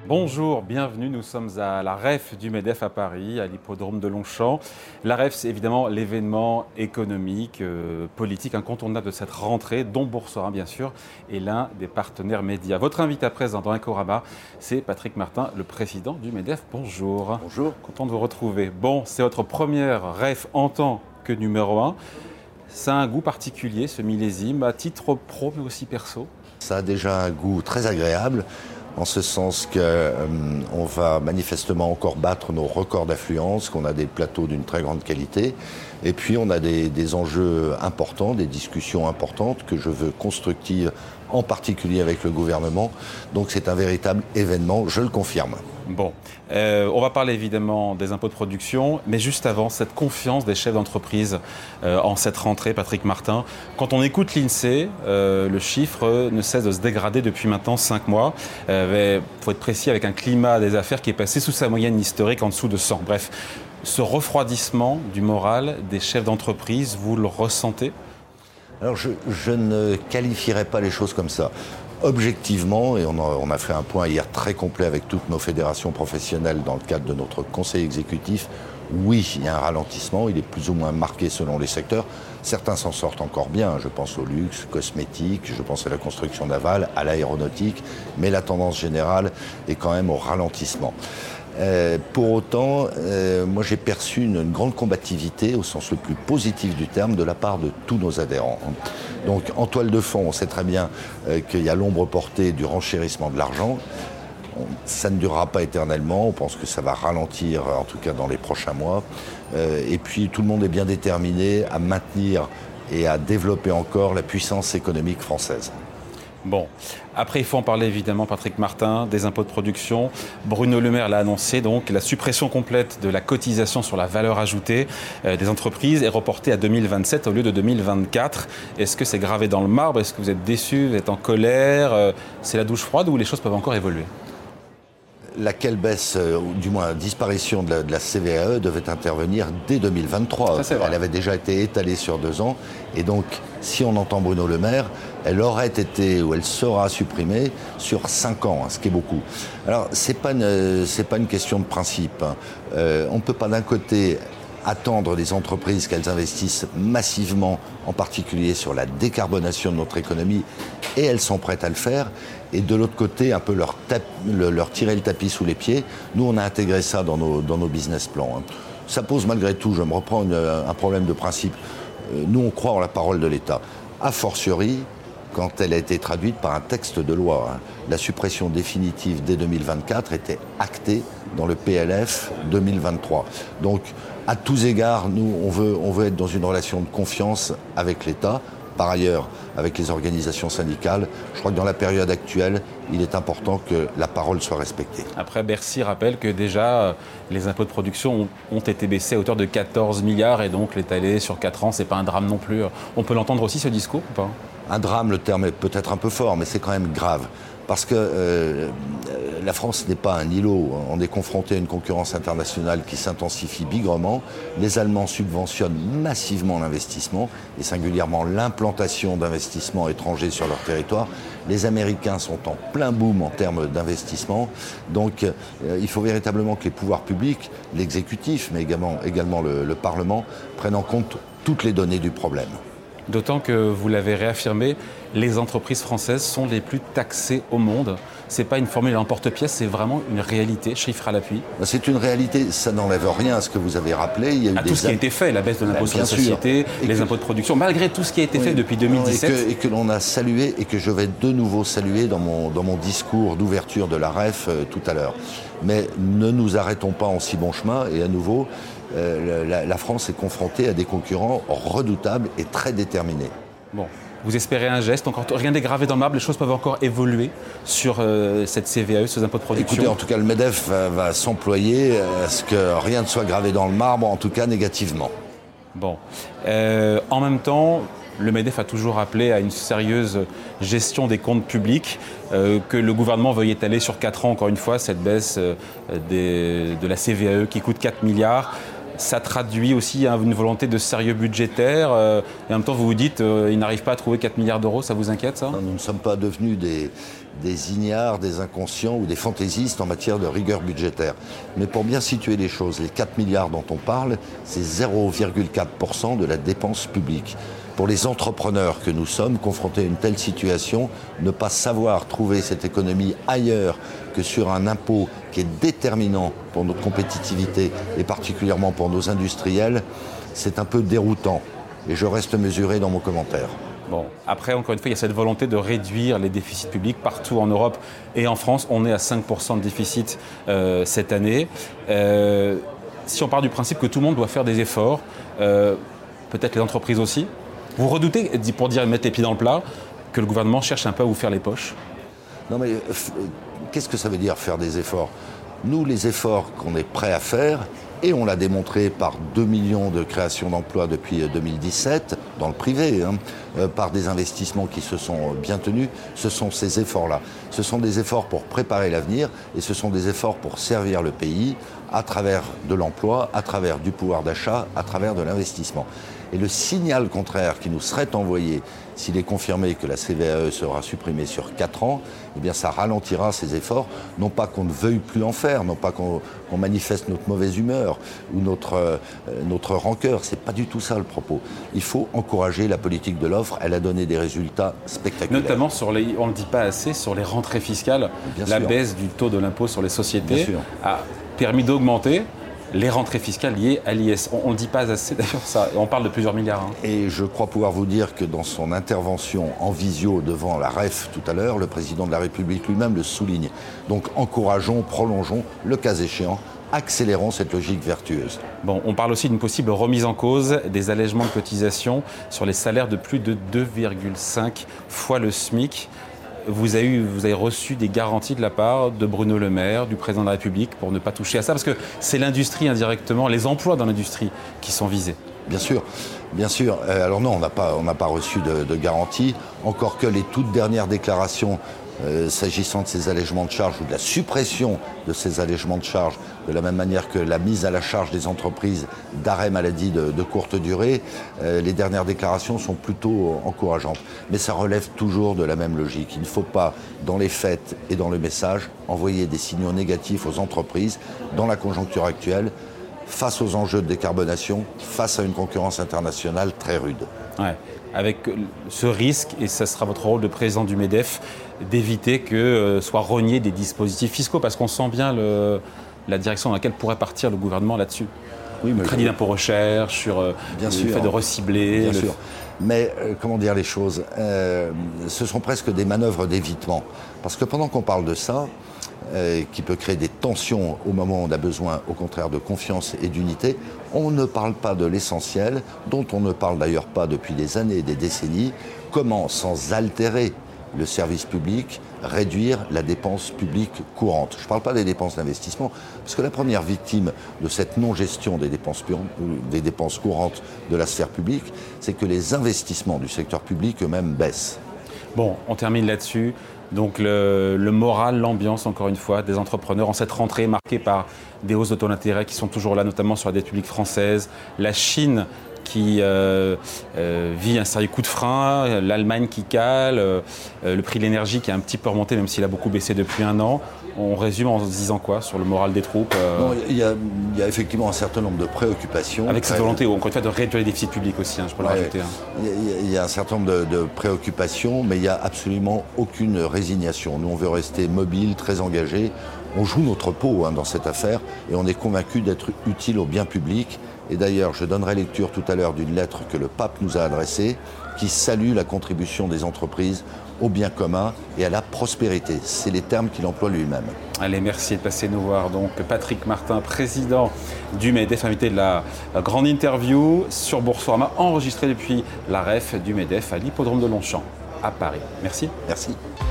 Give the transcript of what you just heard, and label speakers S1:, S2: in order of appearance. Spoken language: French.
S1: Bonjour, bienvenue. Nous sommes à la REF du MEDEF à Paris, à l'hippodrome de Longchamp. La REF, c'est évidemment l'événement économique, politique incontournable de cette rentrée, dont Boursorama, bien sûr, est l'un des partenaires médias. Votre invité à présent dans Ecorama, c'est Patrick Martin, le président du MEDEF. Bonjour.
S2: Bonjour.
S1: Content de vous retrouver. Bon, c'est votre première REF en tant que numéro 1. Ça a un goût particulier, ce millésime, à titre pro, mais aussi perso.
S2: Ça a déjà un goût très agréable, en ce sens qu'on va manifestement encore battre nos records d'affluence, qu'on a des plateaux d'une très grande qualité, et puis on a des enjeux importants, des discussions importantes que je veux constructives, en particulier avec le gouvernement. Donc c'est un véritable événement, je le confirme.
S1: Bon, on va parler évidemment des impôts de production, mais juste avant, cette confiance des chefs d'entreprise en cette rentrée, Patrick Martin. Quand on écoute l'INSEE, le chiffre ne cesse de se dégrader depuis maintenant 5 mois. Il faut être précis, avec un climat des affaires qui est passé sous sa moyenne historique, en dessous de 100. Bref, ce refroidissement du moral des chefs d'entreprise, vous le ressentez ?
S2: Alors je ne qualifierais pas les choses comme ça. Objectivement, et on a fait un point hier très complet avec toutes nos fédérations professionnelles dans le cadre de notre conseil exécutif, oui, il y a un ralentissement, il est plus ou moins marqué selon les secteurs. Certains s'en sortent encore bien, je pense au luxe, cosmétique, je pense à la construction navale, à l'aéronautique, mais la tendance générale est quand même au ralentissement. Pour autant, moi j'ai perçu une grande combativité, au sens le plus positif du terme, de la part de tous nos adhérents. Donc en toile de fond, on sait très bien qu'il y a l'ombre portée du renchérissement de l'argent. Ça ne durera pas éternellement, on pense que ça va ralentir, en tout cas dans les prochains mois. Et puis tout le monde est bien déterminé à maintenir et à développer encore la puissance économique française.
S1: Bon, après il faut en parler évidemment, Patrick Martin, des impôts de production. Bruno Le Maire l'a annoncé, donc la suppression complète de la cotisation sur la valeur ajoutée des entreprises est reportée à 2027 au lieu de 2024. Est-ce que c'est gravé dans le marbre? Est-ce que vous êtes déçu? Vous êtes en colère? C'est la douche froide ou les choses peuvent encore évoluer?
S2: Laquelle baisse, ou du moins disparition de la CVAE devait intervenir dès 2023. Elle avait déjà été étalée sur 2 ans. Et donc, si on entend Bruno Le Maire, elle aurait été, ou elle sera supprimée sur 5 ans, ce qui est beaucoup. Alors, c'est pas une question de principe. On ne peut pas d'un côté attendre des entreprises qu'elles investissent massivement, en particulier sur la décarbonation de notre économie, et elles sont prêtes à le faire, et de l'autre côté, un peu leur tirer le tapis sous les pieds. Nous, on a intégré ça dans nos business plans. Ça pose malgré tout, je me reprends, un problème de principe. Nous, on croit en la parole de l'État. A fortiori, quand elle a été traduite par un texte de loi. La suppression définitive dès 2024 était actée dans le PLF 2023. Donc, à tous égards, nous, on veut être dans une relation de confiance avec l'État. Par ailleurs, avec les organisations syndicales, je crois que dans la période actuelle, il est important que la parole soit respectée.
S1: Après, Bercy rappelle que déjà, les impôts de production ont été baissés à hauteur de 14 milliards et donc l'étaler sur 4 ans, c'est pas un drame non plus. On peut l'entendre aussi, ce discours, ou pas?
S2: Un drame, le terme est peut-être un peu fort, mais c'est quand même grave. Parce que la France n'est pas un îlot. On est confronté à une concurrence internationale qui s'intensifie bigrement. Les Allemands subventionnent massivement l'investissement, et singulièrement l'implantation d'investissements étrangers sur leur territoire. Les Américains sont en plein boom en termes d'investissement. Donc il faut véritablement que les pouvoirs publics, l'exécutif, mais également le Parlement, prennent en compte toutes les données du problème.
S1: D'autant que, vous l'avez réaffirmé, les entreprises françaises sont les plus taxées au monde. Ce n'est pas une formule en porte-pièce, c'est vraiment une réalité, chiffre à l'appui.
S2: C'est une réalité, ça n'enlève rien à ce que vous avez rappelé. Il y a eu
S1: tout ce qui a été fait, la baisse de l'impôt sur la société, les impôts de production, malgré tout ce qui a été fait depuis 2017.
S2: Et que l'on a salué, et que je vais de nouveau saluer dans mon discours d'ouverture de la REF tout à l'heure. Mais ne nous arrêtons pas en si bon chemin, et à nouveau, la France est confrontée à des concurrents redoutables et très déterminés.
S1: Bon. Vous espérez un geste, encore rien n'est gravé dans le marbre, les choses peuvent encore évoluer sur cette CVAE, ces impôts de production?
S2: Écoutez, en tout cas, le MEDEF va s'employer à ce que rien ne soit gravé dans le marbre, en tout cas négativement.
S1: Bon. En même temps, le MEDEF a toujours appelé à une sérieuse gestion des comptes publics, que le gouvernement veuille étaler sur 4 ans, encore une fois, cette baisse de la CVAE qui coûte 4 milliards. ça traduit aussi une volonté de sérieux budgétaire. Et en même temps, vous vous dites, ils n'arrivent pas à trouver 4 milliards d'euros, ça vous inquiète, ça ?
S2: Non, nous ne sommes pas devenus des ignares, des inconscients ou des fantaisistes en matière de rigueur budgétaire. Mais pour bien situer les choses, les 4 milliards dont on parle, c'est 0,4% de la dépense publique. Pour les entrepreneurs que nous sommes, confrontés à une telle situation, ne pas savoir trouver cette économie ailleurs que sur un impôt qui est déterminant pour notre compétitivité et particulièrement pour nos industriels, c'est un peu déroutant. Et je reste mesuré dans mon commentaire.
S1: Bon, après, encore une fois, il y a cette volonté de réduire les déficits publics partout en Europe et en France. On est à 5% de déficit cette année. Si on part du principe que tout le monde doit faire des efforts, peut-être les entreprises aussi, vous redoutez, pour dire mettre les pieds dans le plat, que le gouvernement cherche un peu à vous faire les poches ?
S2: Non mais qu'est-ce que ça veut dire faire des efforts ? Nous, les efforts qu'on est prêts à faire, et on l'a démontré par 2 millions de créations d'emplois depuis 2017, dans le privé, par des investissements qui se sont bien tenus, ce sont ces efforts-là. Ce sont des efforts pour préparer l'avenir et ce sont des efforts pour servir le pays à travers de l'emploi, à travers du pouvoir d'achat, à travers de l'investissement. Et le signal contraire qui nous serait envoyé s'il est confirmé que la CVAE sera supprimée sur 4 ans, eh bien ça ralentira ces efforts, non pas qu'on ne veuille plus en faire, non pas qu'on manifeste notre mauvaise humeur ou notre rancœur, c'est pas du tout ça le propos. Il faut encourager la politique de l'offre, elle a donné des résultats spectaculaires.
S1: Notamment sur les, on ne le dit pas assez, sur les rentrées fiscales, la baisse du taux de l'impôt sur les sociétés a permis d'augmenter les rentrées fiscales liées à l'IS. On ne le dit pas assez d'ailleurs, ça. On parle de plusieurs milliards.
S2: Et je crois pouvoir vous dire que dans son intervention en visio devant la REF tout à l'heure, le président de la République lui-même le souligne. Donc encourageons, prolongeons, le cas échéant, accélérons cette logique vertueuse.
S1: Bon, on parle aussi d'une possible remise en cause des allègements de cotisations sur les salaires de plus de 2,5 fois le SMIC. Vous avez reçu des garanties de la part de Bruno Le Maire, du président de la République, pour ne pas toucher à ça, parce que c'est l'industrie indirectement, les emplois dans l'industrie qui sont visés.
S2: Bien sûr, bien sûr. Alors non, on n'a pas reçu de garantie, encore que les toutes dernières déclarations s'agissant de ces allègements de charges ou de la suppression de ces allègements de charges, de la même manière que la mise à la charge des entreprises d'arrêt maladie de courte durée, les dernières déclarations sont plutôt encourageantes. Mais ça relève toujours de la même logique. Il ne faut pas, dans les faits et dans le message, envoyer des signaux négatifs aux entreprises dans la conjoncture actuelle, face aux enjeux de décarbonation, face à une concurrence internationale très rude.
S1: Ouais. Avec ce risque, et ce sera votre rôle de président du MEDEF, d'éviter que soient rognés des dispositifs fiscaux, parce qu'on sent bien la direction dans laquelle pourrait partir le gouvernement là-dessus. Oui, mais crédit d'impôt recherche, sur le fait de recibler.
S2: Bien sûr. Mais comment dire les choses, ce sont presque des manœuvres d'évitement. Parce que pendant qu'on parle de ça, qui peut créer des tensions au moment où on a besoin, au contraire, de confiance et d'unité, on ne parle pas de l'essentiel, dont on ne parle d'ailleurs pas depuis des années et des décennies, comment, sans altérer le service public, réduire la dépense publique courante. Je ne parle pas des dépenses d'investissement, parce que la première victime de cette non-gestion des dépenses courantes de la sphère publique, c'est que les investissements du secteur public eux-mêmes baissent.
S1: Bon, on termine là-dessus. Donc le moral, l'ambiance, encore une fois, des entrepreneurs en cette rentrée marquée par des hausses de taux d'intérêt qui sont toujours là, notamment sur la dette publique française, la Chine qui vit un sérieux coup de frein, l'Allemagne qui cale, le prix de l'énergie qui a un petit peu remonté, même s'il a beaucoup baissé depuis un an. On résume en se disant quoi sur le moral des troupes
S2: Non, il y a effectivement un certain nombre de préoccupations.
S1: Avec cette volonté, encore une fois, de réduire les déficits publics aussi, je peux le rajouter.
S2: Il y a un certain nombre de préoccupations, mais il n'y a absolument aucune résignation. Nous, on veut rester mobile, très engagé. On joue notre peau dans cette affaire et on est convaincu d'être utile au bien public. Et d'ailleurs, je donnerai lecture tout à l'heure d'une lettre que le pape nous a adressée, qui salue la contribution des entreprises au bien commun et à la prospérité. C'est les termes qu'il emploie lui-même.
S1: Allez, merci de passer nous voir. Donc, Patrick Martin, président du MEDEF, invité de la grande interview sur Boursorama, enregistrée depuis la REF du MEDEF à l'hippodrome de Longchamp, à Paris. Merci.
S2: Merci.